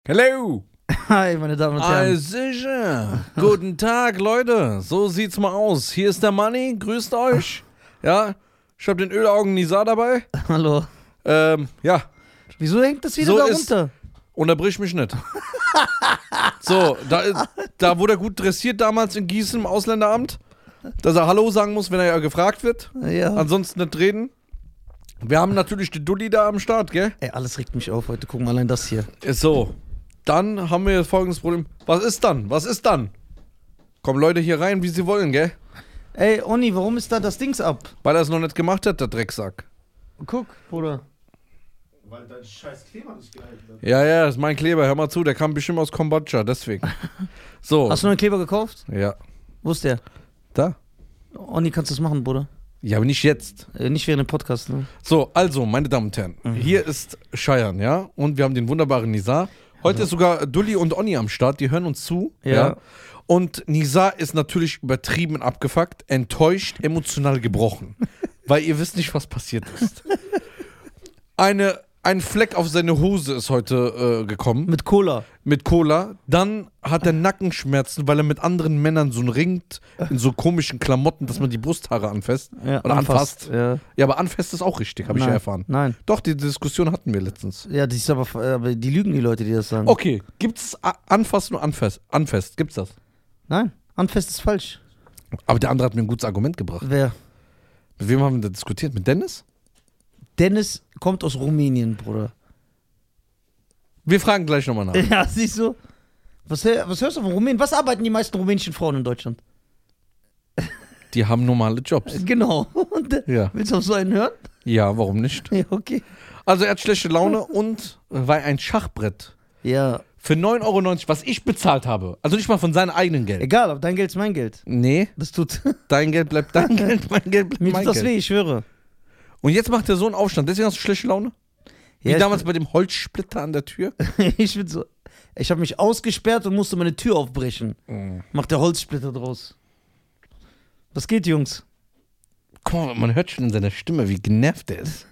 Hello! Hi, meine Damen und Herren. Sicher. Guten Tag, Leute. So sieht's mal aus. Hier ist der Money. Grüßt euch. Ja, ich hab den Ölaugen Nizar dabei. Hallo. Ja, Wieso hängt das wieder So da ist- runter? unterbrich mich nicht. So, da wurde er gut dressiert damals in Gießen im Ausländeramt, dass er Hallo sagen muss, wenn er ja gefragt wird. Ja. Ansonsten nicht reden. Wir haben natürlich den Dulli da am Start, gell? Ey, alles regt mich auf heute. Guck mal, allein das hier. Ist so. Dann haben wir jetzt folgendes Problem. Was ist dann? Was ist dann? Kommen Leute hier rein, wie sie wollen, gell? Ey, Onni, warum ist da das Dings ab? Weil er es noch nicht gemacht hat, der Drecksack. Guck, Bruder. Weil dein scheiß Kleber nicht gehalten hat. Ja, das ist mein Kleber. Hör mal zu, der kam bestimmt aus Kambodscha, deswegen. So. Hast du noch einen Kleber gekauft? Ja. Wo ist der? Da? Onni, kannst du das machen, Bruder? Ja, aber nicht jetzt. Nicht während dem Podcast, ne? So, also, meine Damen und Herren. Hier ist Cheyenne, ja? Und wir haben den wunderbaren Nizar. Heute ist sogar Dulli und Onni am Start. Die hören uns zu. Ja. Und Nizar ist natürlich übertrieben abgefuckt, enttäuscht, emotional gebrochen. Weil ihr wisst nicht, was passiert ist. Ein Fleck auf seine Hose ist heute gekommen. Mit Cola. Mit Cola. Dann hat er Nackenschmerzen, weil er mit anderen Männern so ringt, in so komischen Klamotten, dass man die Brusthaare anfasst. Ja, Oder anfasst. Ja. Ja, aber anfasst ist auch richtig, habe ich ja Nein. erfahren. Nein. Doch, die Diskussion hatten wir letztens. Ja, das ist aber die lügen, die Leute, die das sagen. Okay, gibt's Anfassen und Anfasst? Gibt's das? Nein, anfest ist falsch. Aber der andere hat mir ein gutes Argument gebracht. Wer? Mit wem haben wir da diskutiert? Mit Dennis? Dennis kommt aus Rumänien, Bruder. Wir fragen gleich nochmal nach. Ja, siehst du? Was hörst du von Rumänien? Was arbeiten die meisten rumänischen Frauen in Deutschland? Die haben normale Jobs. Genau. Und, Ja. willst du auf so einen hören? Ja, warum nicht? Ja, okay. Also er hat schlechte Laune und weil ein Schachbrett Ja, für 9,90 Euro, was ich bezahlt habe, also nicht mal von seinem eigenen Geld. egal, aber dein Geld ist mein Geld. Nee, Das tut. dein Geld bleibt dein Geld, mein Geld bleibt Mir mein tut das Geld. weh, ich schwöre. Und jetzt macht er so einen Aufstand, deswegen hast du schlechte Laune? Wie Ja, damals bei dem Holzsplitter an der Tür? ich bin so. Ich habe mich ausgesperrt und musste meine Tür aufbrechen. Macht der Holzsplitter draus. Was geht, Jungs? Guck mal, man hört schon in seiner Stimme, wie genervt er ist.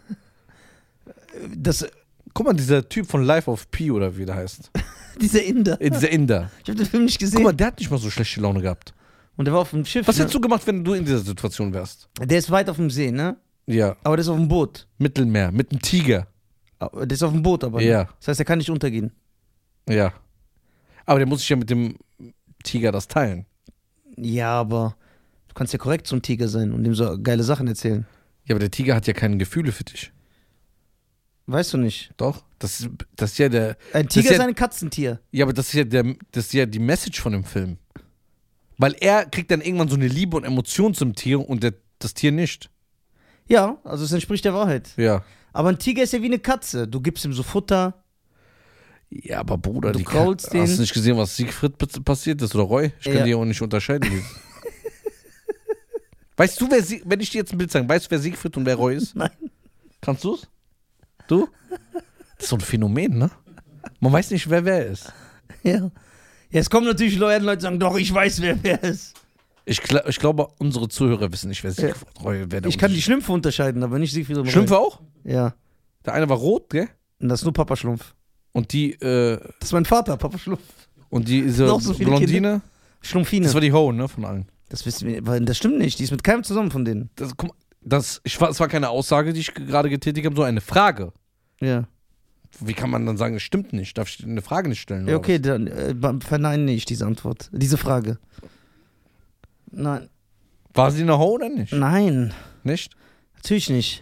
Guck mal, dieser Typ von Life of Pi oder wie der heißt. Dieser Inder. Dieser Inder. Ich habe den Film nicht Guck gesehen. mal, der hat nicht mal so schlechte Laune gehabt. Und der war auf dem Schiff. Was ne? hättest du gemacht, wenn du in dieser Situation wärst? Der ist weit auf dem See, ne? Ja, Aber der ist auf dem Boot. Mittelmeer, mit einem Tiger. Der ist auf dem Boot, aber. Ja. Ne? Das heißt, er kann nicht untergehen. Ja. Aber der muss sich ja mit dem Tiger das teilen. Ja, aber du kannst ja korrekt zum Tiger sein und ihm so geile Sachen erzählen. Ja, aber der Tiger hat ja keine Gefühle für dich. Weißt du nicht? Doch? Das ist ja der. Ein Das Tiger ist ist ja- ein Katzentier. Ja, aber das ist ja die Message von dem Film. Weil er kriegt dann irgendwann so eine Liebe und Emotion zum Tier und das Tier nicht. Ja, also es entspricht der Wahrheit. Ja. Aber ein Tiger ist ja wie eine Katze. Du gibst ihm so Futter. Ja, aber Bruder, Du kraulst den. hast du nicht gesehen, was Siegfried passiert ist oder Roy? Ich kann Ja. die auch nicht unterscheiden. Weißt du, wenn ich dir jetzt ein Bild sage, weißt du, wer Siegfried und wer Roy ist? Nein. Kannst du's? Du? Das ist so ein Phänomen, ne? Man weiß nicht, wer ist. Ja. Ja, es kommen natürlich Leute und sagen, doch, ich weiß, wer ist. Ich glaube, unsere Zuhörer wissen nicht, wer Siegfried und Roy wer der Ich kann die Schlümpfe unterscheiden, aber nicht Siegfried und Roy. Schlümpfe auch? Ja. Der eine war rot, gell? Und das ist nur Papa Schlumpf. Und die, Das ist mein Vater, Papa Schlumpf. diese Noch so viele Blondine, Schlumpfine. das war die Ho, ne, von allen. Das wissen wir, weil das stimmt nicht. Die ist mit keinem zusammen von denen. Guck mal, es war keine Aussage, die ich gerade getätigt habe, sondern eine Frage. Ja. Wie kann man dann sagen, es stimmt nicht? Darf ich eine Frage nicht stellen? Ja, oder okay, dann verneine ich diese Antwort. Diese Frage. Nein. was? War sie eine Ho oder nicht? Nein. Nicht? Natürlich nicht.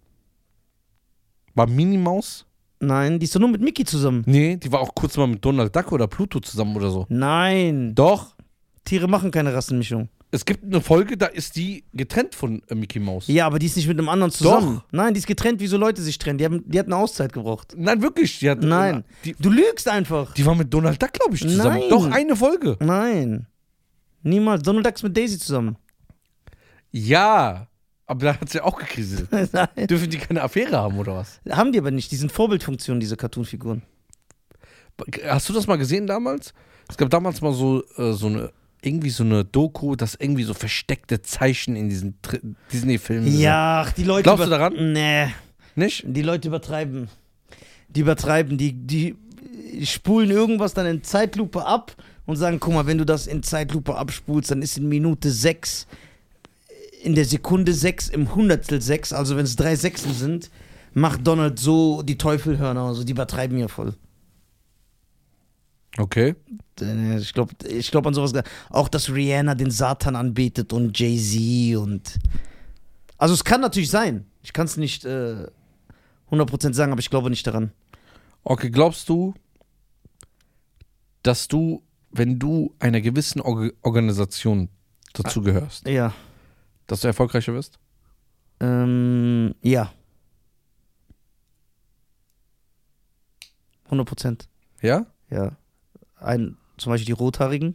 War Minnie Maus? Nein, die ist doch nur mit Mickey zusammen. Nee, die war auch kurz mal mit Donald Duck oder Pluto zusammen oder so. Nein. Doch. Tiere machen keine Rassenmischung. Es gibt eine Folge, da ist die getrennt von Mickey Maus. Ja, aber die ist nicht mit einem anderen zusammen. Nein, die ist getrennt, wie so Leute sich trennen. Die hat eine Auszeit gebraucht. Nein, wirklich. Die hat, Nein. Die, Du lügst einfach. die war mit Donald Duck, glaube ich, zusammen. Nein. Doch, eine Folge. Nein. Niemals. Donald Duck ist mit Daisy zusammen. Ja, aber da hat sie ja auch gekriselt. Nein. Dürfen die keine Affäre haben oder was? Haben die aber nicht. Die sind Vorbildfunktion, diese Cartoon-Figuren. Hast du das mal gesehen damals? Es gab damals mal so eine Doku, dass irgendwie so versteckte Zeichen in diesen Disney-Filmen sind. Ja, ach, die Leute. Glaubst du daran? Nee. Nicht? Die Leute übertreiben. Die übertreiben. Die spulen irgendwas dann in Zeitlupe ab und sagen, guck mal, wenn du das in Zeitlupe abspulst, dann ist in Minute 6, in der Sekunde 6, im Hundertstel 6, also wenn es 3 Sechstel sind, macht Donald so die Teufelhörner, also die übertreiben ja voll. Okay. Ich glaub an sowas. Auch, dass Rihanna den Satan anbetet und Jay-Z und. Also, es kann natürlich sein. Ich kann es nicht 100% sagen, aber ich glaube nicht daran. Okay, glaubst du, dass du, wenn du einer gewissen Organisation dazugehörst, Ja. dass du erfolgreicher wirst? Ja. 100%. Ja? Ja. Zum Beispiel die Rothaarigen.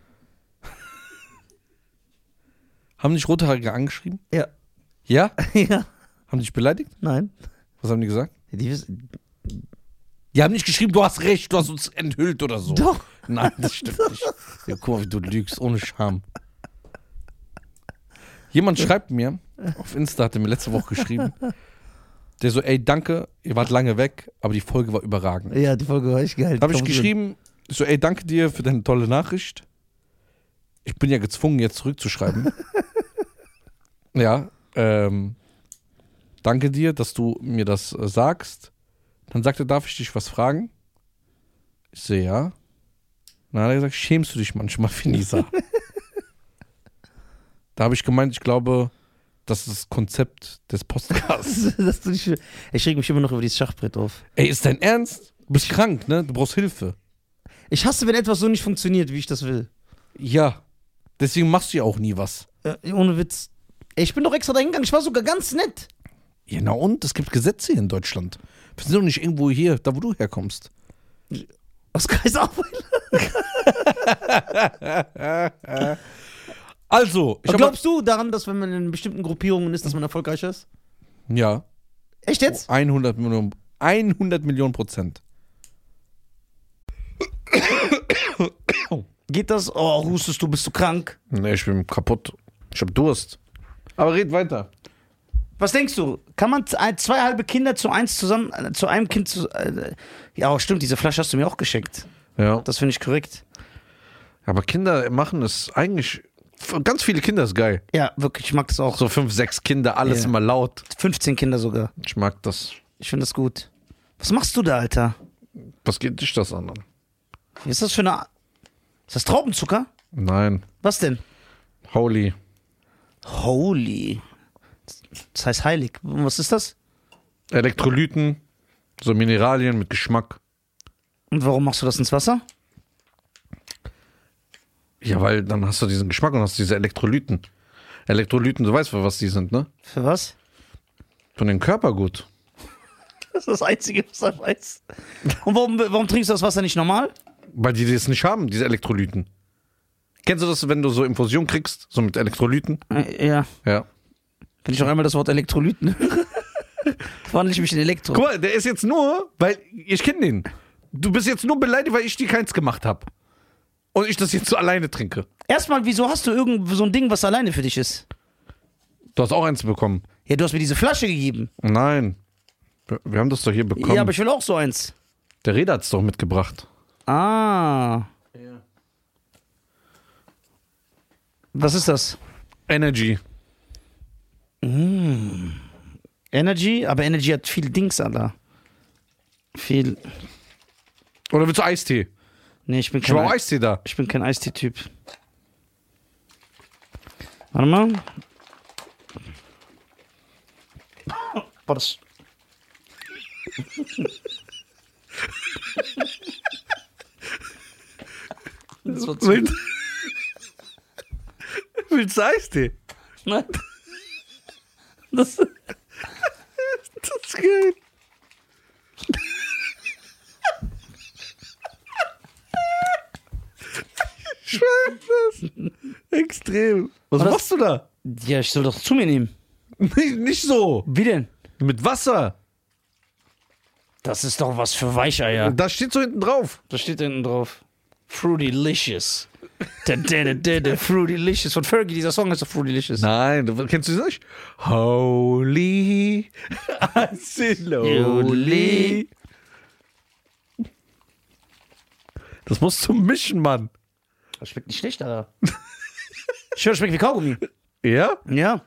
Haben dich Rothaarige angeschrieben? Ja. Ja? Ja. Haben dich beleidigt? Nein. Was haben die gesagt? Die wissen. Die haben nicht geschrieben, du hast recht, du hast uns enthüllt oder so. Doch. Nein, das stimmt nicht. Ja, guck mal, wie du lügst, ohne Scham. Jemand schreibt mir, auf Insta hat er mir letzte Woche geschrieben, der so, ey, danke, ihr wart lange weg, aber die Folge war überragend. Ja, die Folge war echt geil. Da habe ich geschrieben, so, ey, danke dir für deine tolle Nachricht. Ich bin ja gezwungen, jetzt zurückzuschreiben. Ja, danke dir, dass du mir das sagst. Dann sagt er, darf ich dich was fragen? Ich so, ja. Dann hat er gesagt, schämst du dich manchmal für Nisa? Da habe ich gemeint, ich glaube, das ist das Konzept des Podcasts. Ich reg mich immer noch über dieses Schachbrett auf. Ey, ist dein Ernst? Du bist krank, ne? Du brauchst Hilfe. Ich hasse, wenn etwas so nicht funktioniert, wie ich das will. Ja. Deswegen machst du ja auch nie was. Ohne Witz. Ey, ich bin doch extra dahin gegangen. Ich war sogar ganz nett. Ja, na und? Es gibt Gesetze hier in Deutschland. Wir sind doch nicht irgendwo hier, da wo du herkommst. Aus Kaiserslautern. Also, glaubst du daran, dass wenn man in bestimmten Gruppierungen ist, dass man erfolgreicher ist? Ja. Echt jetzt? 100 Millionen %. Geht das? Oh, hustest du, bist du krank? Nee, ich bin kaputt. Ich hab Durst. Aber red weiter. Was denkst du? Kann man 2 halbe Kinder zu einem Kind ja, stimmt, diese Flasche hast du mir auch geschenkt. Ja. Das finde ich korrekt. Aber Kinder machen es eigentlich. Ganz viele Kinder ist geil. Ja, wirklich, ich mag das auch. So 5, 6 Kinder, alles Ja. immer laut. 15 Kinder sogar. Ich mag das. Ich finde das gut. Was machst du da, Alter? Was geht dich das an? Was ist das für eine. Ist das Traubenzucker? Nein. Was denn? Holy. Holy. Das heißt heilig. Was ist das? Elektrolyten, so Mineralien mit Geschmack. Und warum machst du das ins Wasser? Ja, weil dann hast du diesen Geschmack und hast diese Elektrolyten. Elektrolyten, du weißt, für was die sind, ne? Für was? Von den Körpergut. Das ist das Einzige, was er weiß. Und warum trinkst du das Wasser nicht normal? Weil die das nicht haben, diese Elektrolyten. Kennst du das, wenn du so Infusion kriegst, so mit Elektrolyten? Ja. Ja. Wenn ich noch einmal das Wort Elektrolyten höre, wandle ich mich in Elektro. Guck mal, der ist jetzt nur, weil ich kenne den. Du bist jetzt nur beleidigt, weil ich dir keins gemacht habe. Und ich das jetzt so alleine trinke. Erstmal, wieso hast du irgend so ein Ding, was alleine für dich ist? Du hast auch eins bekommen. Ja, du hast mir diese Flasche gegeben. Nein. Wir haben das doch hier bekommen. Ja, aber ich will auch so eins. Der Reda hat es doch mitgebracht. Ah. Ja. Was ist das? Energy. Energy? Aber Energy hat viel Dings, Alter. Viel. Oder willst du Eistee? Nee, ich bin Ich war auch kein, Eistee da. ich bin kein Eistee-Typ. Warte mal. Boah, das. Das war zu. Willst du Eistee? Nein. Das. Das ist geil. Ich weiß das. Extrem. Was das- machst du da? Ja, ich soll doch zu mir nehmen. Nicht so. Wie denn? Mit Wasser. Das ist doch was für Weicheier. Da steht so hinten drauf. Da steht hinten drauf. Fruitylicious. Fruitylicious. Von Fergie, dieser Song heißt doch Fruitylicious. Nein, kennst du das nicht? Holy, slowly. Das musst du mischen, Mann. Das schmeckt nicht schlecht, Alter. Ich höre, schmeckt wie Kaugummi. Ja? Ja.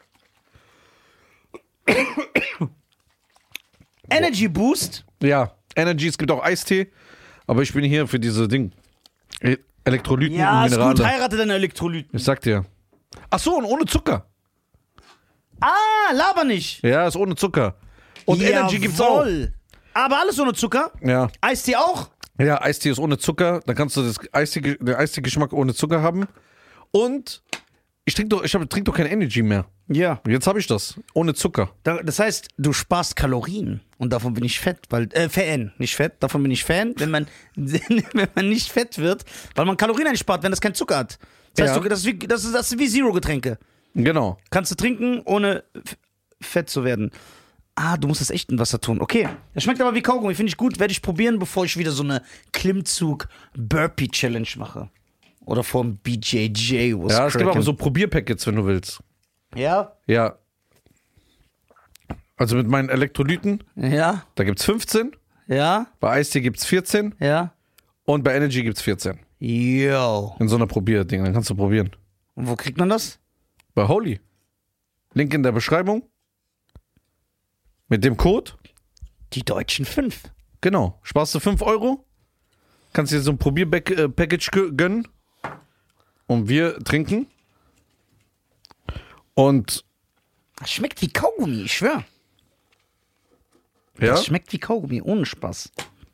Energy Boost. Ja. Energy, es gibt auch Eistee. Aber ich bin hier für diese Ding. Elektrolyten Ja, und ist Minerale. gut, heirate deine Elektrolyten. Ich sag dir. Ach so, und ohne Zucker. Ah, laber nicht. Ja, ist ohne Zucker. Und Energy gibt's auch. Jawohl. Aber alles ohne Zucker. Ja. Eistee auch. Ja, Eistee ist ohne Zucker. Dann kannst du den Eistee-Geschmack ohne Zucker haben. Und ich trink doch kein Energy mehr. Ja. Jetzt habe ich das. Ohne Zucker. Das heißt, du sparst Kalorien. Und davon bin ich fett, weil, Fan, nicht fett. Davon bin ich Fan, wenn man nicht fett wird, weil man Kalorien einspart, wenn das kein Zucker hat. Das heißt, Ja. das ist wie Zero-Getränke. Genau. Kannst du trinken, ohne fett zu werden. Ah, du musst das echt in Wasser tun. Okay. Das schmeckt aber wie Kaugummi. Finde ich gut. Werde ich probieren, bevor ich wieder so eine Klimmzug-Burpee-Challenge mache. Oder vom BJJ. Ja, es gibt aber so Probierpackets, wenn du willst. Ja? Ja. Also mit meinen Elektrolyten, Ja? da gibt's 15. Ja? Bei Eistee gibt's 14. Ja? Und bei Energy gibt's 14. Yo. In so einer Probierding. Dann kannst du probieren. Und wo kriegt man das? Bei Holy. Link in der Beschreibung. Mit dem Code. Die deutschen 5. Genau. Sparst du 5 Euro. Kannst dir so ein Probierpackage gönnen. Und wir trinken. Und Das schmeckt wie Kaugummi, ich schwör. ja. Das schmeckt wie Kaugummi, ohne Spaß.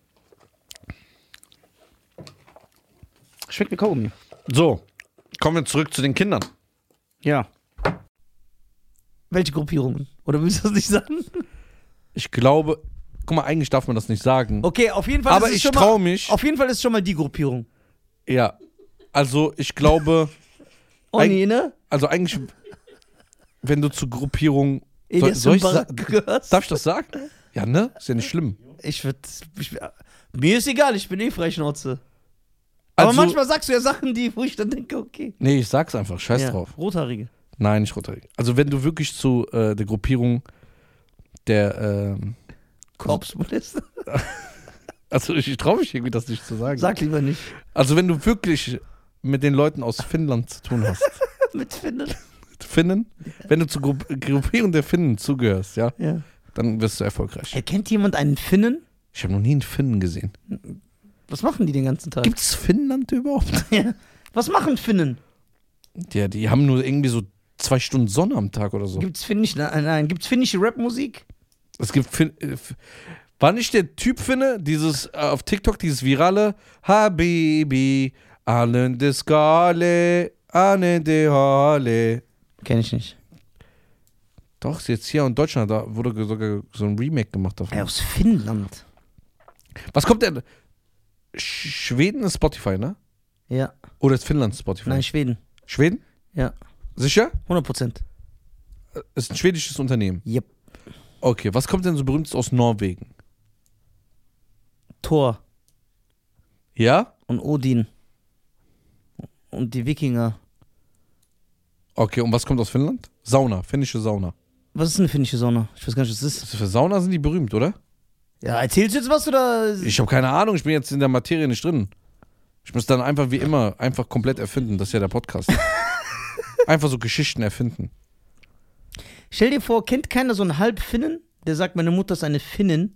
Schmeckt wie Kaugummi. So. Kommen wir zurück zu den Kindern. Ja. Welche Gruppierungen? Oder willst du das nicht sagen? Ich glaube. Guck mal, eigentlich darf man das nicht sagen. Okay, auf jeden Fall Aber ist es ich schon mal, traue mich. Auf jeden Fall ist es schon mal die Gruppierung. Ja. Also, ich glaube. Oni, ne? Also, eigentlich. Wenn du zur Gruppierung. Elias soll ich Mbarak gehörst. darf ich das sagen? Ja, ne? Ist ja nicht schlimm. Mir ist egal, ich bin eh Freischnauze. Aber Also- manchmal sagst du ja Sachen, wo ich dann denke, okay. Nee, ich sag's einfach. Scheiß Ja, drauf. Rothaarige. Nein, nicht Rotary. Also, wenn du wirklich zu der Gruppierung der. Korpsmodest. Also, ich traue mich irgendwie, das nicht zu sagen. Sag lieber nicht. Also, wenn du wirklich mit den Leuten aus Finnland zu tun hast. Mit Finnen. Finnen? Wenn du zur Gruppierung der Finnen zugehörst, ja, Ja. dann wirst du erfolgreich. Erkennt jemand einen Finnen? Ich habe noch nie einen Finnen gesehen. Was machen die den ganzen Tag? Gibt's Finnland überhaupt? Ja. Was machen Finnen? Ja, die haben nur irgendwie so 2 Stunden Sonne am Tag oder so. Gibt's gibt's finnische Rapmusik? Es gibt war nicht der Typ Finne, dieses auf TikTok, dieses virale Habibi, Alende Skale, Alende Hale. Kenn ich nicht. Doch, jetzt hier in Deutschland, da wurde sogar so ein Remake gemacht davon. Aus Finnland. Was kommt denn? Schweden ist Spotify, ne? Ja. Oder ist Finnland Spotify? Nein, Schweden. Schweden? Ja. Sicher? 100%. Ist ein schwedisches Unternehmen. Yep. Okay, was kommt denn so berühmt aus Norwegen? Thor Ja? und Odin. Und die Wikinger. Okay, und was kommt aus Finnland? Sauna, finnische Sauna. Was ist eine finnische Sauna? Ich weiß gar nicht, was das ist. Für Sauna sind die berühmt, oder? Ja, erzählst du jetzt was oder? Ich habe keine Ahnung, ich bin jetzt in der Materie nicht drin. Ich muss dann einfach wie immer einfach komplett erfinden, das ist ja der Podcast. Einfach so Geschichten erfinden. Stell dir vor, kennt keiner so einen Halbfinnen, der sagt, meine Mutter ist eine Finnin?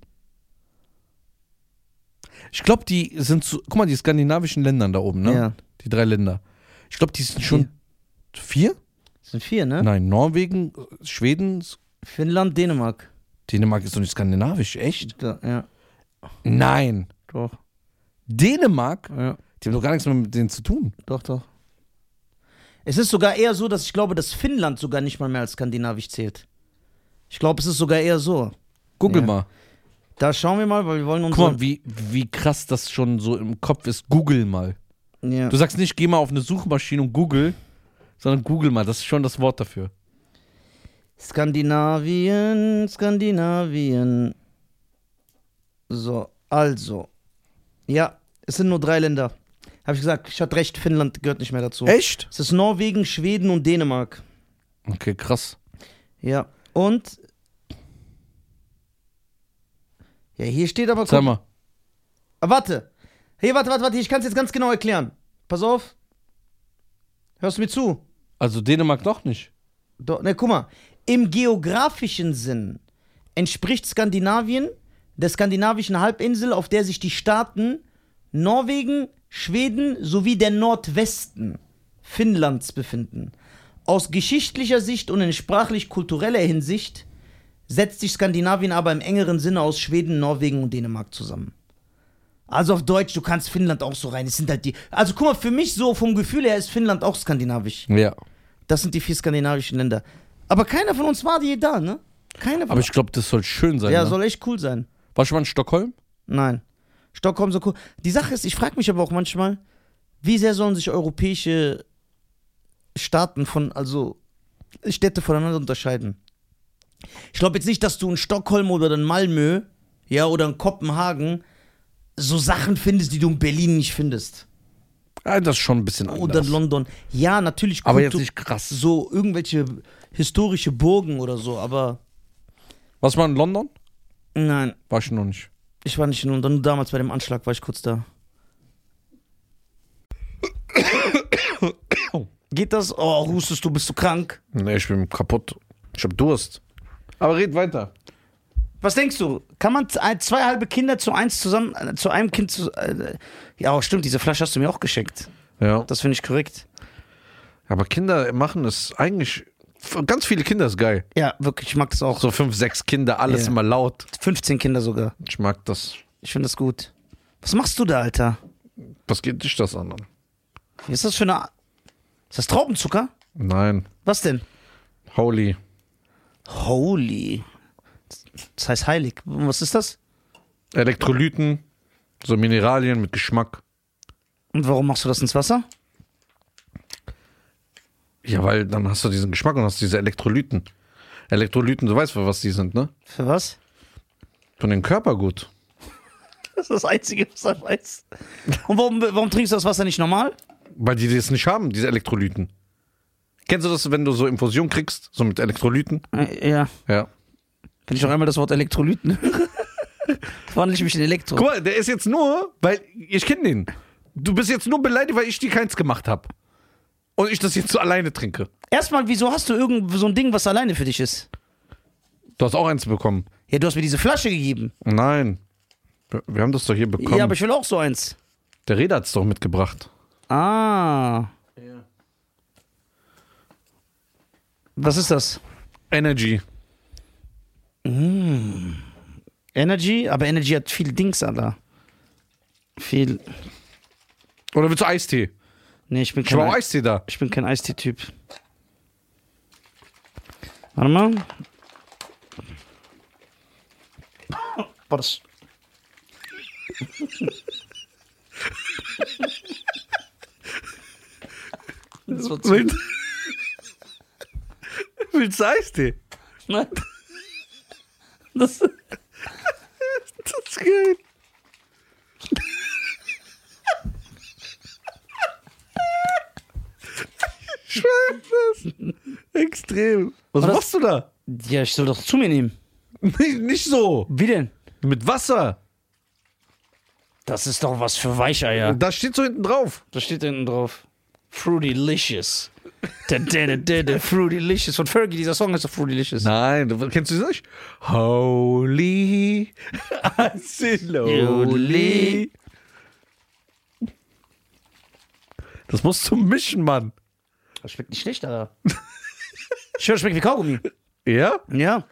Ich glaube, die sind so, guck mal, die skandinavischen Länder da oben, ne? Ja. Die 3 Länder. Ich glaube, die sind schon 4? Das sind 4, ne? Nein, Norwegen, Schweden, Finnland, Dänemark. Dänemark ist doch nicht skandinavisch, echt? Ja, Nein. doch. Dänemark? Ja, Die haben doch gar nichts mehr mit denen zu tun. doch. Es ist sogar eher so, dass ich glaube, dass Finnland sogar nicht mal mehr als skandinavisch zählt. Ich glaube, es ist sogar eher so. Google Ja. mal. Da schauen wir mal, weil wir wollen uns. Guck mal, wie krass das schon so im Kopf ist. Google mal. Ja. Du sagst nicht, geh mal auf eine Suchmaschine und Google, sondern Google mal. Das ist schon das Wort dafür. Skandinavien. So, also. Ja, es sind nur 3 Länder. Habe ich gesagt, ich hatte recht, Finnland gehört nicht mehr dazu. Echt? Es ist Norwegen, Schweden und Dänemark. Okay, krass. Ja, und. Ja, hier steht aber. Sag mal. Ah, warte. Hey, warte, ich kann es jetzt ganz genau erklären. Pass auf. Hörst du mir zu? Also Dänemark doch nicht. Ne, guck mal. Im geografischen Sinn entspricht Skandinavien der skandinavischen Halbinsel, auf der sich die Staaten Norwegen, Schweden sowie der Nordwesten Finnlands befinden. Aus geschichtlicher Sicht und in sprachlich-kultureller Hinsicht setzt sich Skandinavien aber im engeren Sinne aus Schweden, Norwegen und Dänemark zusammen. Also auf Deutsch, du kannst Finnland auch so rein. Es sind halt die. Also guck mal, für mich so vom Gefühl her ist Finnland auch skandinavisch. Ja. Das sind die 4 skandinavischen Länder. Aber keiner von uns war je da, ne? Keiner von Aber ich glaube, das soll schön sein. Ja, ne? soll echt cool sein. Warst du mal in Stockholm? Nein. Stockholm so cool. Die Sache ist, ich frage mich aber auch manchmal, wie sehr sollen sich europäische Staaten also Städte voneinander unterscheiden? Ich glaube jetzt nicht, dass du in Stockholm oder in Malmö, ja, oder in Kopenhagen so Sachen findest, die du in Berlin nicht findest. Ja, das ist schon ein bisschen anders. Oder in London. Ja, natürlich. Aber jetzt nicht krass. So irgendwelche historische Burgen oder so, aber Warst du mal in London? nein, War ich noch nicht. ich war nicht in London. Nur damals bei dem Anschlag war ich kurz da. Geht das? Oh, hustest du, bist du krank? Nee, ich bin kaputt. Ich hab Durst. Aber red weiter. Was denkst du? Kann man 2 halbe Kinder zu einem Kind ja, stimmt, diese Flasche hast du mir auch geschenkt. Ja. Das finde ich korrekt. Aber Kinder machen es eigentlich. Ganz viele Kinder ist geil. Ja, wirklich, ich mag das auch. So 5, 6 Kinder, alles Ja. immer laut. 15 Kinder sogar. Ich mag das. Ich finde das gut. Was machst du da, Alter? Was geht dich das an? Was ist das für eine. Ist das Traubenzucker? Nein. Was denn? Holy. Holy. Das heißt heilig. Was ist das? Elektrolyten, so Mineralien mit Geschmack. Und warum machst du das ins Wasser? Ja, weil dann hast du diesen Geschmack und hast diese Elektrolyten. Elektrolyten, du weißt, für was die sind, ne? Für was? Für den Körper gut. Das ist das Einzige, was er weiß. Und warum trinkst du das Wasser nicht normal? Weil die das nicht haben, diese Elektrolyten. Kennst du das, wenn du so Infusion kriegst, so mit Elektrolyten? Ja. Ja. Wenn ich noch einmal das Wort Elektrolyten höre, wandle ich mich in Elektro. Guck mal, der ist jetzt nur, weil ich kenne den. Du bist jetzt nur beleidigt, weil ich dir keins gemacht habe. Und ich das jetzt so alleine trinke. Erstmal, wieso hast du irgend so ein Ding, was alleine für dich ist? Du hast auch eins bekommen. Ja, du hast mir diese Flasche gegeben. Nein. Wir haben das doch hier bekommen. Ja, aber ich will auch so eins. Der Reda hat es doch mitgebracht. Ah. Ja. Was ist das? Energy. Energy? Aber Energy hat viel Dings, Alter. Viel. Oder willst du Eistee? Nee, ich bin Ich habe auch kein, Eistee da. ich bin kein Eistee-Typ. Warte mal. Boah, das. Das war zu. Willst du Eistee? Nein. Das. Das ist geil. Ich weiß das. Extrem. Was das- machst du da? Ja, ich soll doch zu mir nehmen. Nicht so. Wie denn? Mit Wasser. Das ist doch was für Weicheier. Da steht so hinten drauf. Da steht hinten drauf. Fruitylicious. Fruitylicious. Von Fergie, dieser Song ist doch Fruitylicious. Nein, kennst du das nicht? Holy. Slowly. Das musst du mischen, Mann. Das schmeckt nicht schlecht, Alter. Ich höre, schmeckt wie Kaugummi. Ja? Ja.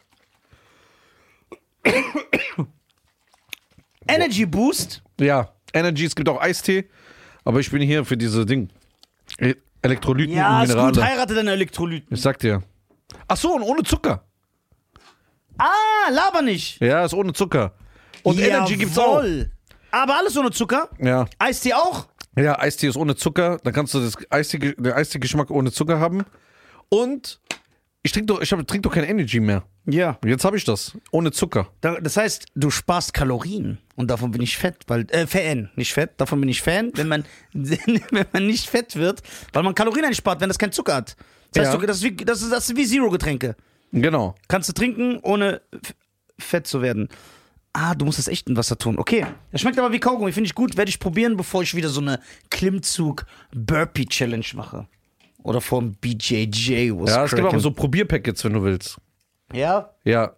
Energy Boost. Ja. Energy, es gibt auch Eistee. Aber ich bin hier für diese Ding. Elektrolyten Ja, und ist Minerale. gut. Heirate deine Elektrolyten. Ich sag dir. Ach so, und ohne Zucker. Ah, laber nicht. Ja, ist ohne Zucker. Und Energy gibt's auch. Jawohl. Aber alles ohne Zucker. Ja. Eistee auch. Ja, Eistee ist ohne Zucker. Dann kannst du den Eistee-Geschmack ohne Zucker haben. Und ich trink doch kein Energy mehr. Ja. Jetzt habe ich das. Ohne Zucker. Das heißt, du sparst Kalorien. Und davon bin ich fett. Fan, nicht fett. Davon bin ich Fan, wenn man nicht fett wird, weil man Kalorien einspart, wenn das kein Zucker hat. Das heißt, Ja. das ist wie Zero-Getränke. Genau. Kannst du trinken, ohne fett zu werden. Ah, du musst das echt in Wasser tun. Okay. Das schmeckt aber wie Kaugummi. Finde ich gut. Werde ich probieren, bevor ich wieder so eine Klimmzug-Burpee-Challenge mache. Oder vom BJJ. Ja, es gibt aber so Probierpackets, wenn du willst. Ja? Ja.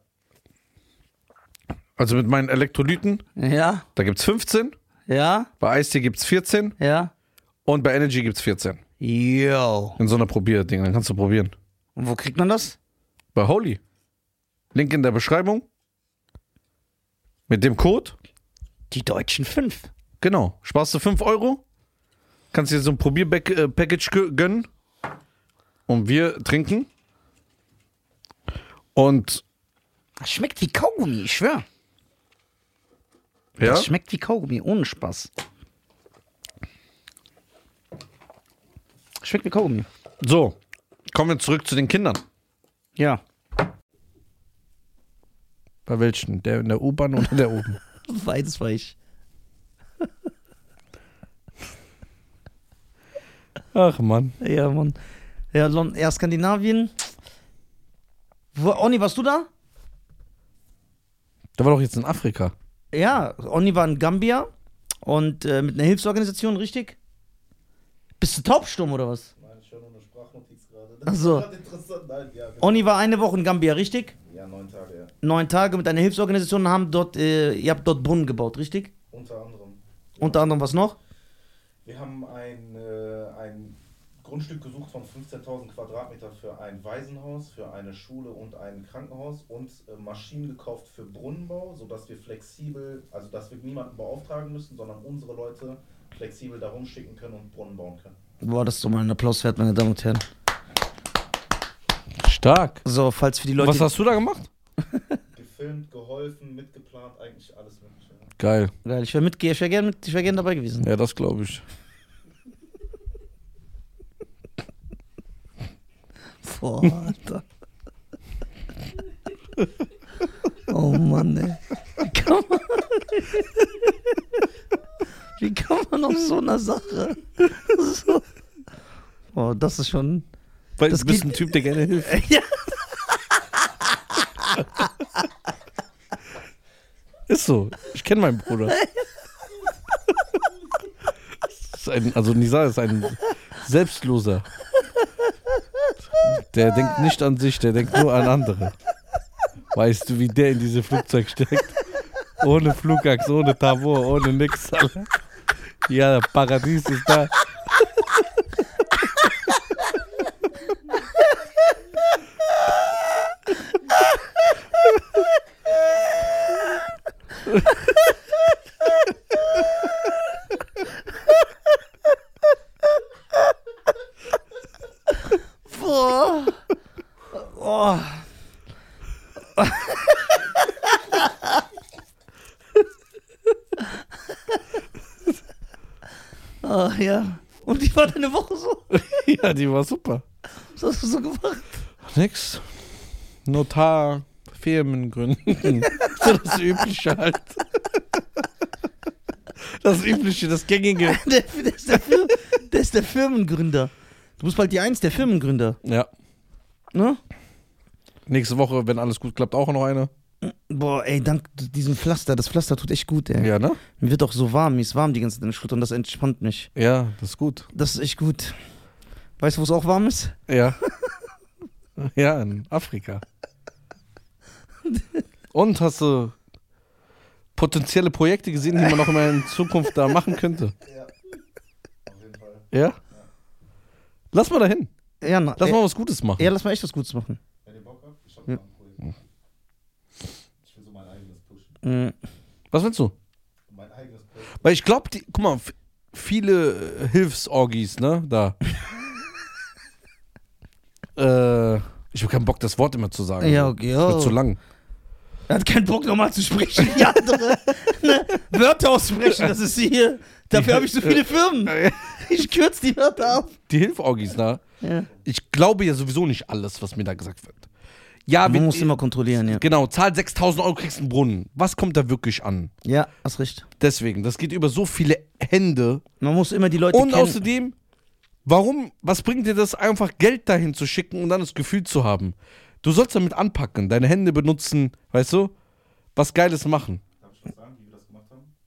Also mit meinen Elektrolyten, Ja? da gibt's 15. Ja? Bei Eistee gibt's 14. Ja? Und bei Energy gibt's 14. Yo. In so einer Probierding, dann kannst du probieren. Und wo kriegt man das? Bei Holy. Link in der Beschreibung. Mit dem Code. Die deutschen 5. Genau. Sparst du 5 Euro. Kannst dir so ein Probierpackage gönnen. Und wir trinken. Und Das schmeckt wie Kaugummi, ich schwör. ja, Das schmeckt wie Kaugummi, ohne Spaß. Schmeckt wie Kaugummi. so. Kommen wir zurück zu den Kindern. Ja. Bei welchen? Der in der U-Bahn oder der oben? Beides war ich. Ach Mann. Ja, Mann. Ja, Skandinavien. Onni, warst du da? Der war doch jetzt in Afrika. Ja, Onni war in Gambia und mit einer Hilfsorganisation, richtig? Bist du taubstumm oder was? Nein, ich höre nur eine Sprachnotiz gerade. Ach so. Das ist interessant. Nein, ja, genau. Onni war eine Woche in Gambia, richtig? Ja, 9 Tage, ja. 9 Tage mit einer Hilfsorganisation, haben dort, ihr habt dort Brunnen gebaut, richtig? Unter anderem. Unter anderem was noch? Wir haben ein Grundstück gesucht von 15.000 Quadratmeter für ein Waisenhaus, für eine Schule und ein Krankenhaus und Maschinen gekauft für Brunnenbau, sodass wir flexibel, also dass wir niemanden beauftragen müssen, sondern unsere Leute flexibel da rumschicken können und Brunnen bauen können. Boah, das ist doch mal ein Applaus wert, meine Damen und Herren. Stark. So, falls für die Leute... Was hast du da gemacht? Gefilmt, geholfen, mitgeplant, eigentlich alles mögliche. Geil. Geil, ich wäre gern dabei gewesen. Ja, das glaube ich. Boah, Alter. Oh Mann, ey. Wie kann man auf so einer Sache? So. Oh, das ist schon. Weil Das du bist geht- ein Typ, der gerne hilft. Ja. Ist so. Ich kenne meinen Bruder. Also Nisa ist ein Selbstloser. Der denkt nicht an sich, der denkt nur an andere. Weißt du, wie der in diese Flugzeug steckt? Ohne Flugachs, ohne Tabor, ohne nix. Alter. Ja, Paradies ist da. Boah. Oh. Oh, ja. Und wie war deine Woche so? Ja, die war super. Was hast du so gemacht? Nix. Notar, Firmen gründen. So das Übliche halt. Das Übliche, das Gängige. Der ist der Firmengründer. Du bist bald die Eins der Firmengründer. Ja. Ne? Nächste Woche, wenn alles gut klappt, auch noch eine. Boah, ey, dank diesem Pflaster. Das Pflaster tut echt gut, ey. Ja, ne? Mir wird auch so warm. Mir ist warm die ganze Zeit in der Schulter und das entspannt mich. Ja, das ist gut. Das ist echt gut. Weißt du, wo es auch warm ist? Ja. Ja, in Afrika. Und hast du potenzielle Projekte gesehen, die man noch immer in Zukunft da machen könnte? Ja, auf jeden Fall. Ja? Lass mal dahin. Ja, na, Lass mal was Gutes machen. ja, lass mal echt was Gutes machen. Wenn ihr Bock habt, ich hab Ja. noch ein Projekt. Ich will so mein eigenes pushen. Mhm. Was willst du? Mein eigenes Projekt. Weil ich glaube, guck mal, viele Hilfsorgis, ne, da. Ich habe keinen Bock, das Wort immer zu sagen. Ja, okay, Das wird ja. zu lang. Er hat keinen Bock, nochmal zu sprechen. Die andere Wörter aussprechen, das ist hier. Dafür habe ich so viele Firmen. Ich kürze die Wörter ab. Die Hilfsorgis, ne? Ja. Ich glaube ja sowieso nicht alles, was mir da gesagt wird. Ja, Man muss immer kontrollieren, ja. Genau, zahl 6.000 Euro, kriegst einen Brunnen. Was kommt da wirklich an? Ja, hast recht. Deswegen, das geht über so viele Hände. Man muss immer die Leute Und kennen. außerdem, was bringt dir das, einfach Geld dahin zu schicken und dann das Gefühl zu haben? Du sollst damit anpacken, deine Hände benutzen, weißt du? Was Geiles machen. Da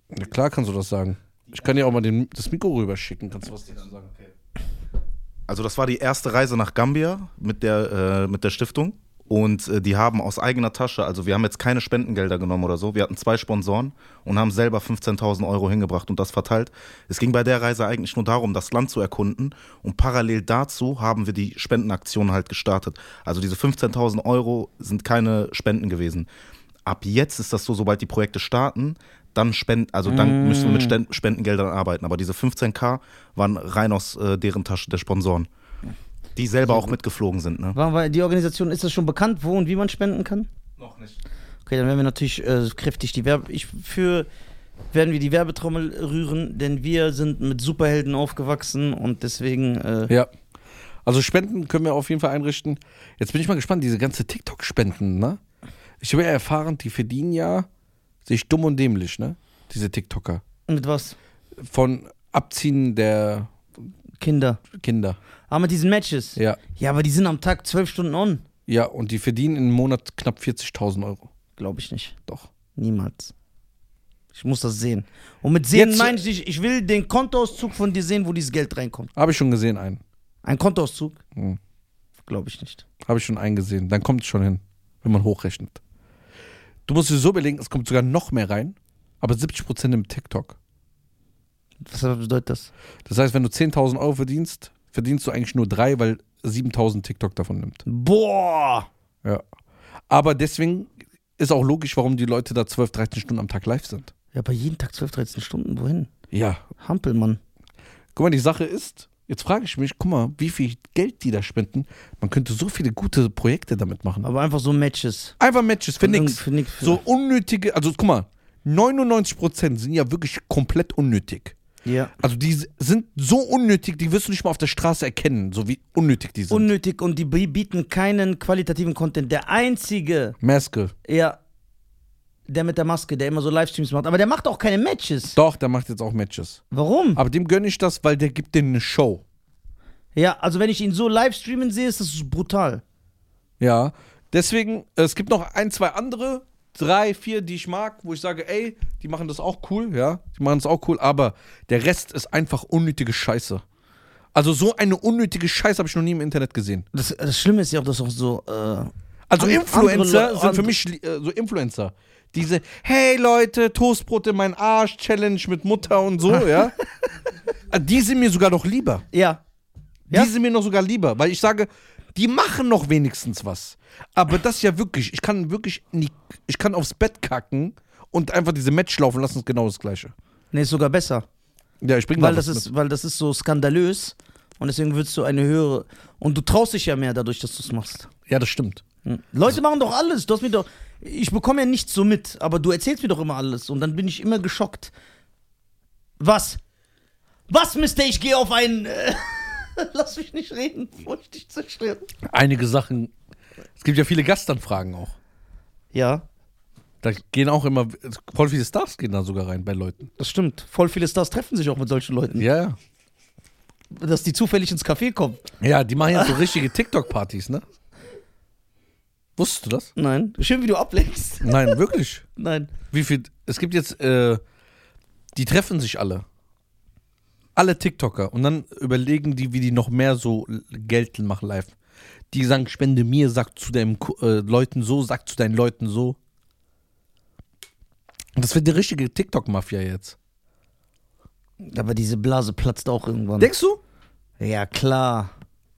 Ja, klar kannst du das sagen. Ich kann dir auch mal das Mikro rüberschicken. Kannst du was dazu sagen? Also das war die erste Reise nach Gambia mit der Stiftung. Und die haben aus eigener Tasche, also wir haben jetzt keine Spendengelder genommen oder so, wir hatten 2 Sponsoren und haben selber 15.000 Euro hingebracht und das verteilt. Es ging bei der Reise eigentlich nur darum, das Land zu erkunden und parallel dazu haben wir die Spendenaktion halt gestartet. Also diese 15.000 Euro sind keine Spenden gewesen. Ab jetzt ist das so, sobald die Projekte starten, dann müssen wir mit Spendengeldern arbeiten. Aber diese 15.000 waren rein aus deren Tasche der Sponsoren. Die selber auch mitgeflogen sind, ne? War die Organisation, ist das schon bekannt, wo und wie man spenden kann? Noch nicht. Okay, dann werden wir natürlich kräftig werden wir die Werbetrommel rühren, denn wir sind mit Superhelden aufgewachsen und deswegen... Ja. Also Spenden können wir auf jeden Fall einrichten. Jetzt bin ich mal gespannt, diese ganze TikTok-Spenden, ne? Ich habe ja erfahren, die verdienen ja sich dumm und dämlich, ne? Diese TikToker. Mit was? Von Abziehen der Kinder. Aber mit diesen Matches? Ja. Ja, aber die sind am Tag 12 Stunden on. Ja, und die verdienen im Monat knapp 40.000 Euro. Glaube ich nicht. Doch. Niemals. Ich muss das sehen. Und mit sehen Jetzt- meine ich nicht, ich will den Kontoauszug von dir sehen, wo dieses Geld reinkommt. Habe ich schon gesehen, einen. Ein Kontoauszug? Mhm. Glaube ich nicht. Habe ich schon einen gesehen. Dann kommt es schon hin, wenn man hochrechnet. Du musst dir so überlegen, es kommt sogar noch mehr rein, aber 70% im TikTok. Was bedeutet das? Das heißt, wenn du 10.000 Euro verdienst du eigentlich nur 3, weil 7.000 TikTok davon nimmt. Boah! Ja. Aber deswegen ist auch logisch, warum die Leute da 12, 13 Stunden am Tag live sind. Ja, aber jeden Tag 12, 13 Stunden, wohin? Ja. Hampelmann. Guck mal, die Sache ist, jetzt frage ich mich, guck mal, wie viel Geld die da spenden. Man könnte so viele gute Projekte damit machen. Aber einfach so Matches. Einfach Matches, für nix. Für nix. So unnötige, also guck mal, 99% sind ja wirklich komplett unnötig. Ja. Also die sind so unnötig, die wirst du nicht mal auf der Straße erkennen, so wie unnötig die sind. Unnötig und die bieten keinen qualitativen Content. Der einzige, Maske. ja, der mit der Maske, der immer so Livestreams macht, aber der macht auch keine Matches. Doch, der macht jetzt auch Matches. Warum? Aber dem gönne ich das, weil der gibt denen eine Show. Ja, also wenn ich ihn so live streamen sehe, ist das brutal. Ja, deswegen, es gibt noch 1, 2 andere, 3, 4, die ich mag, wo ich sage, ey, die machen das auch cool, ja, die machen das auch cool, aber der Rest ist einfach unnötige Scheiße. Also so eine unnötige Scheiße habe ich noch nie im Internet gesehen. Das Schlimme ist ja auch, dass auch so, Also Influencer andere sind für mich so Influencer. Diese, hey Leute, Toastbrot in meinen Arsch, Challenge mit Mutter und so, ja. Die sind mir sogar noch lieber. ja. Die sind mir noch sogar lieber, weil ich sage, die machen noch wenigstens was. Aber das ja wirklich, ich kann aufs Bett kacken und einfach diese Match laufen lassen, ist genau das Gleiche. Nee, ist sogar besser. Ja, ich bringe Weil das ist so skandalös und deswegen würdest du eine höhere, und du traust dich ja mehr dadurch, dass du es machst. Ja, das stimmt. Leute machen doch alles. Ich bekomme ja nichts so mit, aber du erzählst mir doch immer alles und dann bin ich immer geschockt. Was, Mister, ich gehe auf einen... Lass mich nicht reden, bevor ich dich zerstöre. Einige Sachen, es gibt ja viele Gastanfragen auch. Ja, Da gehen auch immer, voll viele Stars gehen da sogar rein bei Leuten. das stimmt. Voll viele Stars treffen sich auch mit solchen Leuten. Ja, Dass die zufällig ins Café kommen. ja, die machen ja so richtige TikTok-Partys, ne? Wusstest du das? Nein. Schön, wie du ablenkst. Nein, wirklich. Nein. Wie viel, es gibt jetzt, die treffen sich alle. Alle TikToker. Und dann überlegen die, wie die noch mehr so Geld machen live. Die sagen, spende mir, sag zu deinen Leuten so, sag zu deinen Leuten so. Und das wird die richtige TikTok-Mafia jetzt. Aber diese Blase platzt auch irgendwann. Denkst du? Ja, klar.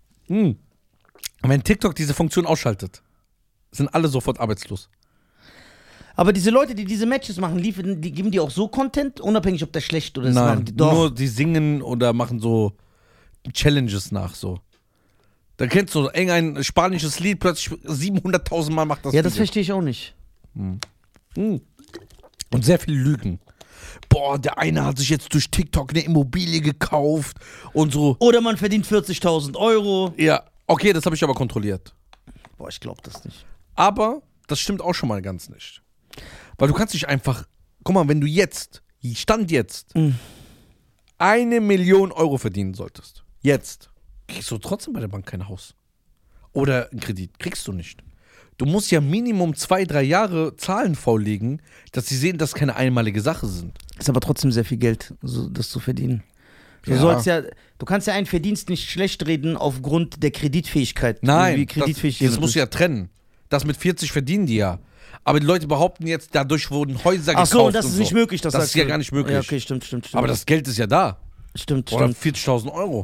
Wenn TikTok diese Funktion ausschaltet, sind alle sofort arbeitslos. Aber diese Leute, die diese Matches machen, geben die auch so Content, unabhängig, ob der schlecht oder ist. Nein, Doch. nur die singen oder machen so Challenges nach so. Da kennst du irgendein spanisches Lied, plötzlich 700.000 Mal macht das Ja, das Video. verstehe ich auch nicht. Und sehr viel Lügen. Boah, der eine hat sich jetzt durch TikTok eine Immobilie gekauft und so. Oder man verdient 40.000 Euro. Ja, okay, das habe ich aber kontrolliert. Boah, ich glaube das nicht. Aber das stimmt auch schon mal ganz nicht. Weil du kannst nicht einfach, guck mal, wenn du jetzt, Stand jetzt, 1 Million Euro verdienen solltest, jetzt, kriegst du trotzdem bei der Bank kein Haus. Oder einen Kredit, kriegst du nicht. Du musst ja Minimum 2, 3 Jahre Zahlen vorlegen, dass sie sehen, dass keine einmalige Sache sind. Ist aber trotzdem sehr viel Geld, so, das zu verdienen. Du kannst ja einen Verdienst nicht schlecht reden aufgrund der Kreditfähigkeit. Nein, Kreditfähigkeit das musst du ja trennen. Das mit 40 verdienen die ja. Aber die Leute behaupten jetzt, dadurch wurden Häuser gekauft. Ach so, und das ist nicht möglich. Das ist ja gar nicht möglich. Ja, okay, stimmt. Aber das Geld ist ja da. Stimmt. Oder 40.000 Euro.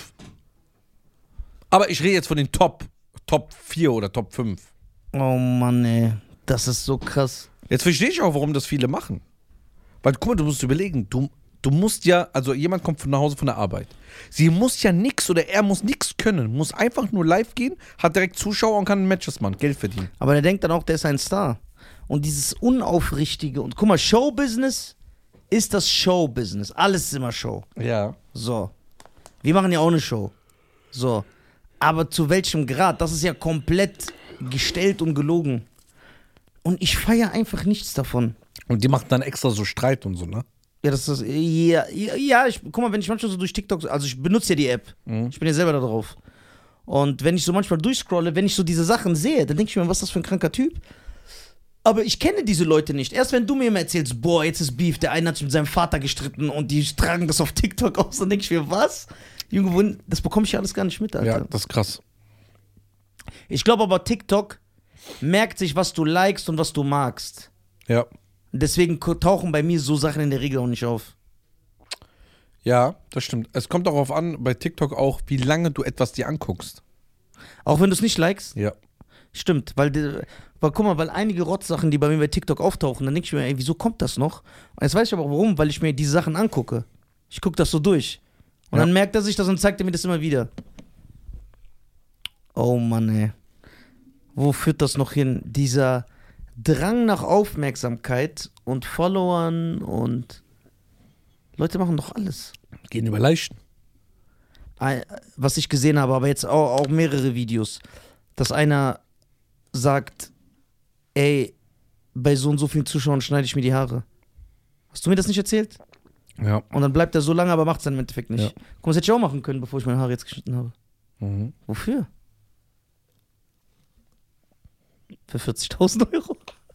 Aber ich rede jetzt von den Top 4 oder Top 5. Oh Mann, ey. Das ist so krass. Jetzt verstehe ich auch, warum das viele machen. Weil, guck mal, du musst überlegen, du musst ja, also jemand kommt von nach Hause von der Arbeit. Sie muss ja nix oder er muss nix können, muss einfach nur live gehen, hat direkt Zuschauer und kann Matches machen, Geld verdienen. Aber der denkt dann auch, der ist ein Star. Und dieses Unaufrichtige und guck mal, Showbusiness ist das Showbusiness. Alles ist immer Show. Ja. So. Wir machen ja auch eine Show. So. Aber zu welchem Grad? Das ist ja komplett gestellt und gelogen. Und ich feiere einfach nichts davon. Und die machen dann extra so Streit und so, ne? Ja, das ist. Guck mal, wenn ich manchmal so durch TikTok. Also, ich benutze ja die App. Ich bin ja selber da drauf. Und wenn ich so manchmal durchscrolle, wenn ich so diese Sachen sehe, dann denke ich mir, was ist das für ein kranker Typ? Aber ich kenne diese Leute nicht. Erst wenn du mir immer erzählst, boah, jetzt ist Beef, der eine hat sich mit seinem Vater gestritten und die tragen das auf TikTok aus, dann denke ich mir, was? Junge, das bekomme ich ja alles gar nicht mit, Alter. Ja, das ist krass. Ich glaube aber, TikTok merkt sich, was du likest und was du magst. Ja. Deswegen tauchen bei mir so Sachen in der Regel auch nicht auf. Ja, das stimmt. Es kommt darauf an, bei TikTok auch, wie lange du etwas dir anguckst. Auch wenn du es nicht likest? Ja. Stimmt, weil guck mal, weil einige Rotzsachen, die bei mir bei TikTok auftauchen, dann denke ich mir, ey, wieso kommt das noch? Und jetzt weiß ich aber auch warum, weil ich mir diese Sachen angucke. Ich gucke das so durch. Und dann merkt er sich das und zeigt er mir das immer wieder. Oh Mann, ey. Wo führt das noch hin? Dieser Drang nach Aufmerksamkeit und Followern und Leute machen doch alles. Gehen über Leichen. Was ich gesehen habe, aber jetzt auch mehrere Videos, dass einer sagt, ey, bei so und so vielen Zuschauern schneide ich mir die Haare. Hast du mir das nicht erzählt? Ja. Und dann bleibt er so lange, aber macht es dann im Endeffekt nicht. Ja. Guck mal, das hätte ich auch machen können, bevor ich meine Haare jetzt geschnitten habe. Mhm. Wofür? Für 40.000 Euro.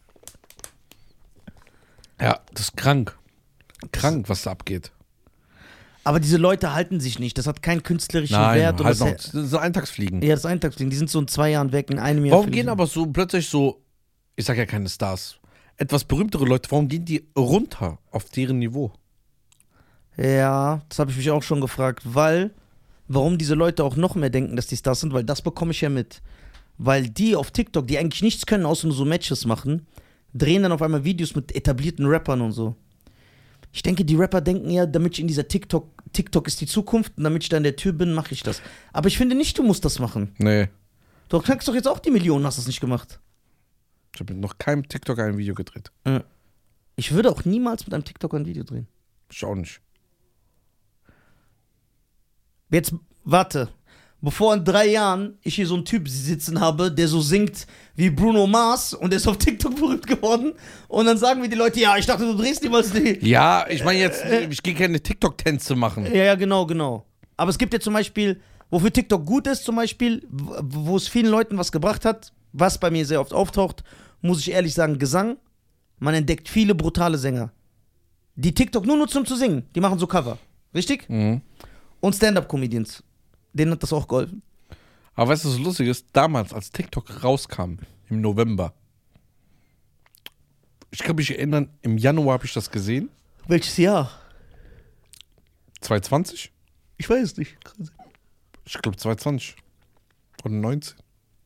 Ja, das ist krank. Krank, was da abgeht. Aber diese Leute halten sich nicht. Das hat keinen künstlerischen Wert. Und halt noch, das sind Eintagsfliegen. Ja, das ist Eintagsfliegen. Die sind so in 2 Jahren weg, in einem Jahr. Warum gehen aber so plötzlich so, ich sag ja keine Stars, etwas berühmtere Leute, warum gehen die runter auf deren Niveau? Ja, das habe ich mich auch schon gefragt, warum diese Leute auch noch mehr denken, dass die Stars sind, weil das bekomme ich ja mit. Weil die auf TikTok, die eigentlich nichts können, außer nur so Matches machen, drehen dann auf einmal Videos mit etablierten Rappern und so. Ich denke, die Rapper denken ja, damit ich in dieser TikTok ist die Zukunft und damit ich da in der Tür bin, mache ich das. Aber ich finde nicht, du musst das machen. Nee. Du kriegst doch jetzt auch die Millionen, hast das nicht gemacht. Ich habe mit noch keinem TikToker ein Video gedreht. Ich würde auch niemals mit einem TikToker ein Video drehen. Ich auch nicht. Jetzt, warte. Bevor in 3 Jahren ich hier so einen Typ sitzen habe, der so singt wie Bruno Mars und der ist auf TikTok berühmt geworden und dann sagen mir die Leute, ja, ich dachte, du drehst niemals die. Ja, ich meine jetzt, ich gehe keine TikTok-Tänze machen. Ja, genau. Aber es gibt ja zum Beispiel, wofür TikTok gut ist, zum Beispiel, wo es vielen Leuten was gebracht hat, was bei mir sehr oft auftaucht, muss ich ehrlich sagen, Gesang. Man entdeckt viele brutale Sänger, die TikTok nur nutzen, um zu singen. Die machen so Cover. Richtig? Mhm. Und Stand-Up-Comedians. Denen hat das auch geholfen. Aber weißt du, was lustig ist? Damals, als TikTok rauskam, im November, ich kann mich erinnern, im Januar habe ich das gesehen. Welches Jahr? 2020? Ich weiß es nicht. Ich glaube 2020. Oder 19.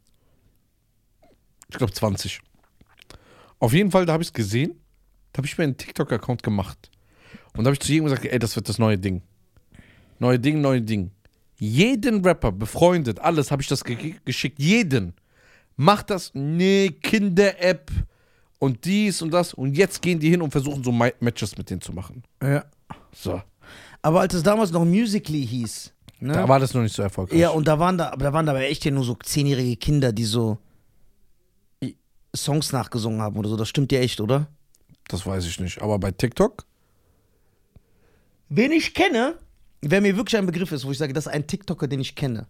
Ich glaube 20. Auf jeden Fall, da habe ich es gesehen. Da habe ich mir einen TikTok-Account gemacht. Und da habe ich zu jedem gesagt, ey, das wird das neue Ding. Neue Ding. Jeden Rapper, befreundet, alles habe ich das geschickt. Jeden. Macht das, nee, Kinder-App und dies und das. Und jetzt gehen die hin und versuchen so Matches mit denen zu machen. Ja. So. Aber als es damals noch Musical.ly hieß, ne? Da war das noch nicht so erfolgreich. Ja, und da waren aber echt ja nur so 10-jährige Kinder, die so Songs nachgesungen haben oder so. Das stimmt ja echt, oder? Das weiß ich nicht. Aber bei TikTok? Wen ich kenne, wer mir wirklich ein Begriff ist, wo ich sage, das ist ein TikToker, den ich kenne.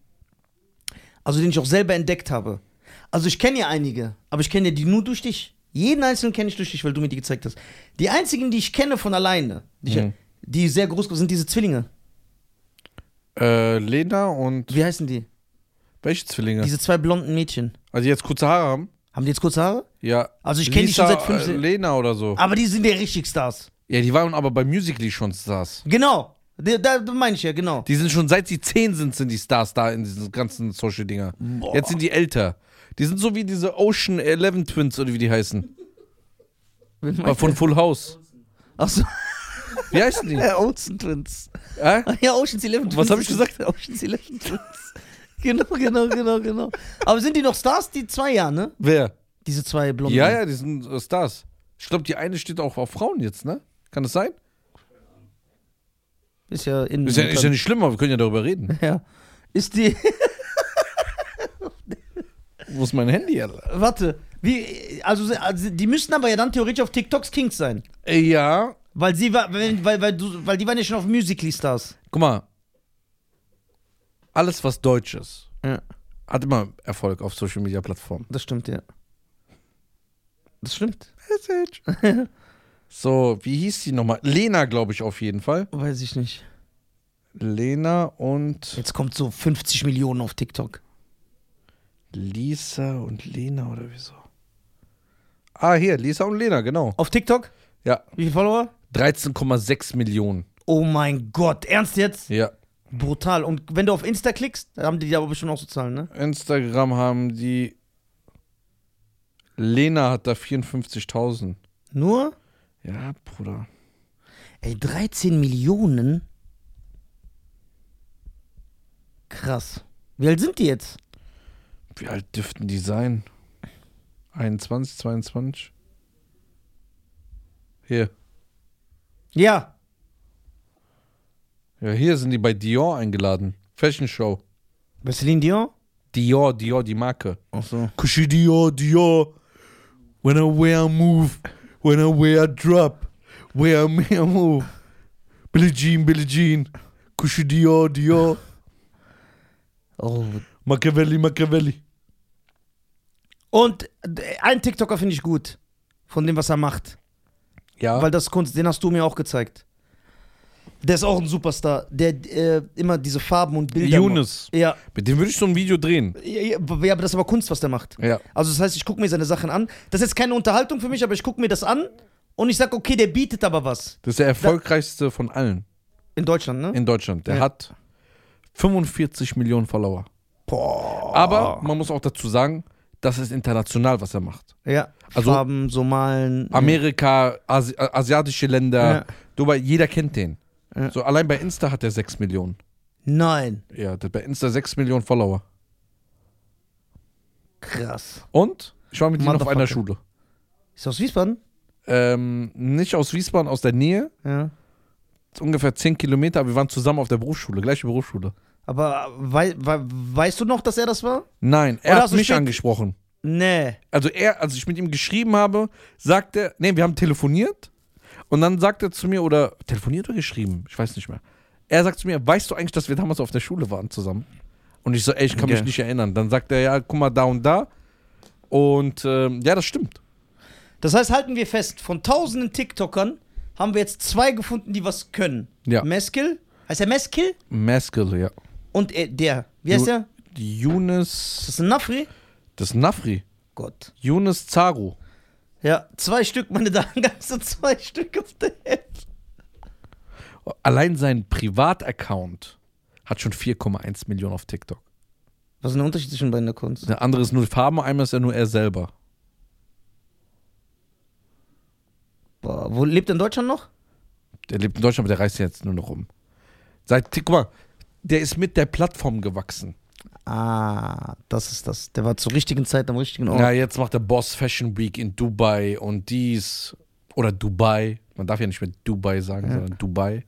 Also den ich auch selber entdeckt habe. Also ich kenne ja einige, aber ich kenne ja die nur durch dich. Jeden einzelnen kenne ich durch dich, weil du mir die gezeigt hast. Die einzigen, die ich kenne von alleine, die sehr groß sind, diese Zwillinge. Lena und. Wie heißen die? Welche Zwillinge? Diese zwei blonden Mädchen. Also die jetzt kurze Haare haben? Haben die jetzt kurze Haare? Ja. Also ich kenne die schon seit 5 Jahren. Lena oder so. Aber die sind ja richtig Stars. Ja, die waren aber bei Musical.ly schon Stars. Genau. Da meine ich ja, genau. Die sind schon seit sie 10 sind die Stars da in diesen ganzen Social-Dinger. Jetzt sind die älter. Die sind so wie diese Ocean 11 Twins oder wie die heißen. Von Full House. Achso. Wie heißen die? Olsen Twins. Ja, Ocean's 11 Twins. Was habe ich gesagt? Ocean's 11 Twins. Genau. Aber sind die noch Stars, die 2 Jahre, ne? Wer? Diese 2 Blonden. Ja, die sind Stars. Ich glaube, die eine steht auch auf Frauen jetzt, ne? Kann das sein? Ist ja in. Ist ja nicht schlimm, aber wir können ja darüber reden. Ja. Ist die. Wo ist mein Handy, Alter? Warte. Also die müssten aber ja dann theoretisch auf TikToks Kings sein. Ja. Weil die waren ja schon auf Musical.ly Stars. Guck mal. Alles, was deutsch ist, Ja. hat immer Erfolg auf Social Media Plattformen. Das stimmt, ja. Das stimmt. So, wie hieß die nochmal? Lena, glaube ich, auf jeden Fall. Weiß ich nicht. Lena und Jetzt kommt so 50 Millionen auf TikTok. Lisa und Lena oder wieso? Ah, hier, Lisa und Lena, genau. Auf TikTok? Ja, Wie viele Follower? 13,6 Millionen. Oh mein Gott, ernst jetzt? Ja. Brutal. Und wenn du auf Insta klickst, dann haben die aber bestimmt auch so Zahlen, ne? Instagram haben die. Lena hat da 54.000. Nur? Ja, Bruder. Ey, 13 Millionen? Krass. Wie alt sind die jetzt? Wie alt dürften die sein? 21, 22? Hier. Ja. Ja, hier sind die bei Dior eingeladen. Fashion Show. Bei Celine Dion? Dior, die Marke. Ach so. Kushi Dior. When I wear, I move. When I wear, I drop. Wear me, I move. Billie Jean. Kushi Dior. Oh. Machiavelli. Und einen TikToker finde ich gut. Von dem, was er macht. Ja. Weil das ist Kunst, den hast du mir auch gezeigt. Der ist auch ein Superstar, der immer diese Farben und Bilder Yunus. macht. Ja. Mit dem würde ich so ein Video drehen. Ja, aber das ist aber Kunst, was der macht. Ja. Also das heißt, ich gucke mir seine Sachen an. Das ist jetzt keine Unterhaltung für mich, aber ich gucke mir das an und ich sage, okay, der bietet aber was. Das ist der erfolgreichste von allen In Deutschland, ne? in Deutschland. Der Ja. hat 45 Millionen Follower. Boah. Aber man muss auch dazu sagen, das ist international, was er macht. Ja, Also- Farben, so malen. Amerika, asiatische Länder, Ja. Dubai, jeder kennt den. Ja. So allein bei Insta hat er 6 Millionen. Nein. Ja, der hat bei Insta 6 Millionen Follower. Krass. Und ich war mit ihm auf einer Motherfucker. Schule. Ist aus Wiesbaden? Nicht aus Wiesbaden, aus der Nähe. Ja. Ungefähr 10 Kilometer, aber wir waren zusammen auf der Berufsschule, gleiche Berufsschule. Aber weißt du noch, dass er das war? Nein, Oder er hat hast du mich spät- angesprochen. Nee. Also als ich mit ihm geschrieben habe, sagt er, nee, wir haben telefoniert und dann sagt er zu mir, oder telefoniert oder geschrieben, ich weiß nicht mehr. Er sagt zu mir, weißt du eigentlich, dass wir damals auf der Schule waren zusammen? Und ich so, ey, ich kann mich Okay. nicht erinnern. Dann sagt er, ja, guck mal, da und da. Und ja, das stimmt. Das heißt, halten wir fest, von tausenden TikTokern haben wir jetzt 2 gefunden, die was können. Ja. Meskil? Heißt er Meskil? Maskell, ja. Und der. Wie heißt der? Die Ist Yunus, das ein Nafri? das ist Nafri. Gott. Yunus Zaru. Ja, 2 Stück, meine Damen, ganze 2 Stück auf der App. Allein sein Privataccount hat schon 4,1 Millionen auf TikTok. Was ist der Unterschied zwischen beiden der Kunst? Der andere ist nur Farben, einmal ist er nur er selber. Boah, wo lebt er in Deutschland noch? Der lebt in Deutschland, aber der reist jetzt nur noch rum. Guck mal, der ist mit der Plattform gewachsen. Ah, das ist das. Der war zur richtigen Zeit am richtigen Ort. Ja, jetzt macht der Boss Fashion Week in Dubai und dies. Oder Dubai. Man darf ja nicht mehr Dubai sagen, Ja. sondern Dubai.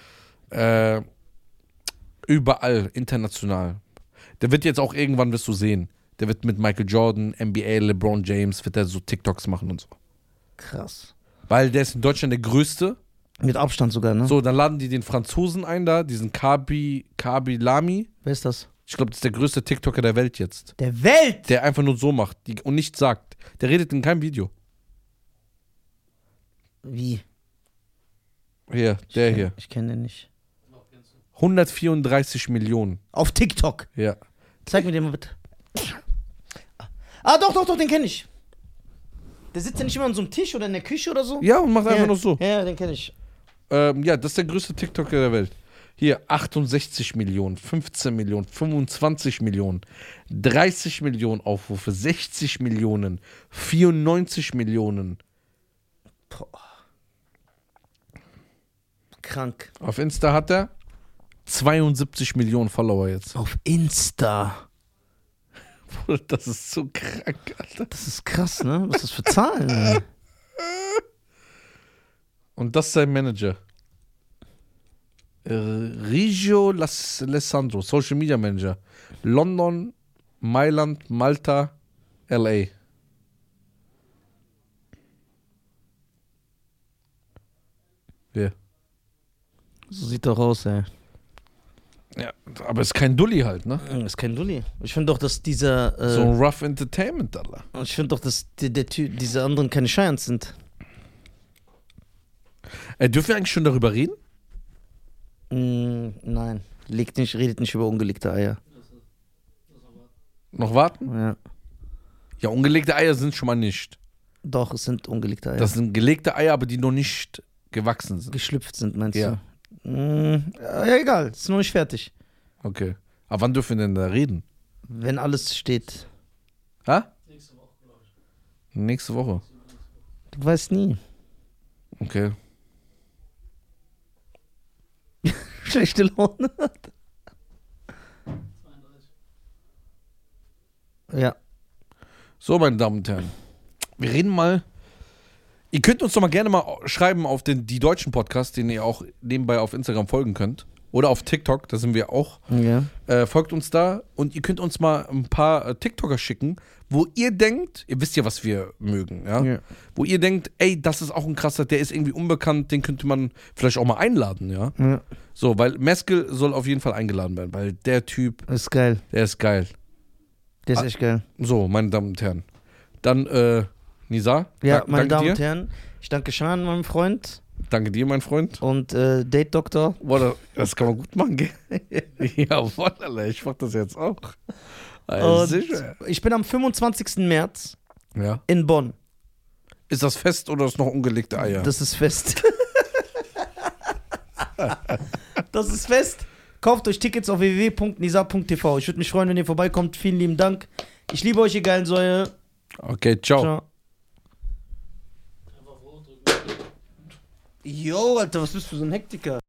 Überall, international. Der wird jetzt auch irgendwann, wirst du sehen, der wird mit Michael Jordan, NBA, LeBron James, wird der so TikToks machen und so. Krass. Weil der ist in Deutschland der Größte. Mit Abstand sogar, ne? So, dann laden die den Franzosen ein da, diesen Kabi Lami. Wer ist das? Ich glaube, das ist der größte TikToker der Welt jetzt. Der Welt! Der einfach nur so macht und nichts sagt. Der redet in keinem Video. Wie? Hier, der hier. Ich kenne den nicht. 134 Millionen. Auf TikTok. Ja. Zeig mir den mal bitte. Ah, doch, den kenne ich. Der sitzt ja nicht immer an so einem Tisch oder in der Küche oder so? Ja, und macht einfach Ja. nur so. Ja, den kenne ich. Ja, das ist der größte TikToker der Welt. Hier 68 Millionen, 15 Millionen, 25 Millionen, 30 Millionen Aufrufe, 60 Millionen, 94 Millionen. Boah. Krank. Auf Insta hat er 72 Millionen Follower jetzt. Auf Insta. Bruder, das ist so krank, Alter. Das ist krass, ne? Was ist das für Zahlen? Ey? Und das ist sein Manager. Rigio Alessandro, Social Media Manager. London, Mailand, Malta, LA. Wer? So sieht doch aus, ey. Ja, aber ist kein Dulli halt, ne? Das ist kein Dulli. Ich finde doch, dass dieser. So ein Rough Entertainment, Alter. Ich finde doch, dass der Typ, diese anderen keine Scheins sind. Dürfen wir eigentlich schon darüber reden? Nein. Redet nicht über ungelegte Eier. Noch warten? Ja. Ja, ungelegte Eier sind schon mal nicht. Doch, es sind ungelegte Eier. Das sind gelegte Eier, aber die noch nicht gewachsen sind. Geschlüpft sind, meinst Ja. du? Ja, egal. Ist noch nicht fertig. Okay. Aber wann dürfen wir denn da reden? Wenn alles steht. Ha? Nächste Woche. Du weißt nie. Okay. Schlechte Laune. Ja. So, meine Damen und Herren. Wir reden mal. Ihr könnt uns doch mal gerne mal schreiben auf die deutschen Podcasts, den ihr auch nebenbei auf Instagram folgen könnt. Oder auf TikTok, da sind wir auch. Ja. Folgt uns da und ihr könnt uns mal ein paar TikToker schicken, wo ihr denkt, ihr wisst ja, was wir mögen, ja? Ja. Wo ihr denkt, ey, das ist auch ein krasser, der ist irgendwie unbekannt, den könnte man vielleicht auch mal einladen, ja? Ja. So, weil Meskel soll auf jeden Fall eingeladen werden, weil der Typ, Das ist geil. der ist geil. Der ist echt geil. So, meine Damen und Herren. Dann, Nisa, Ja, danke meine Damen dir. und Herren, ich danke Shan, meinem Freund. Danke dir, mein Freund. Und Date Doktor. Boah, das kann man gut machen, gell? Jawohl, Alter, ich mach das jetzt auch. Und Sicher. ich bin am 25. März Ja. in Bonn. Ist das fest oder ist noch ungelegte Eier? Das ist fest. Das ist fest. Kauft euch Tickets auf www.nisa.tv. Ich würde mich freuen, wenn ihr vorbeikommt. Vielen lieben Dank. Ich liebe euch, ihr geilen Säue. Okay, ciao. Ciao. Jo, Alter, was bist du für so ein Hektiker?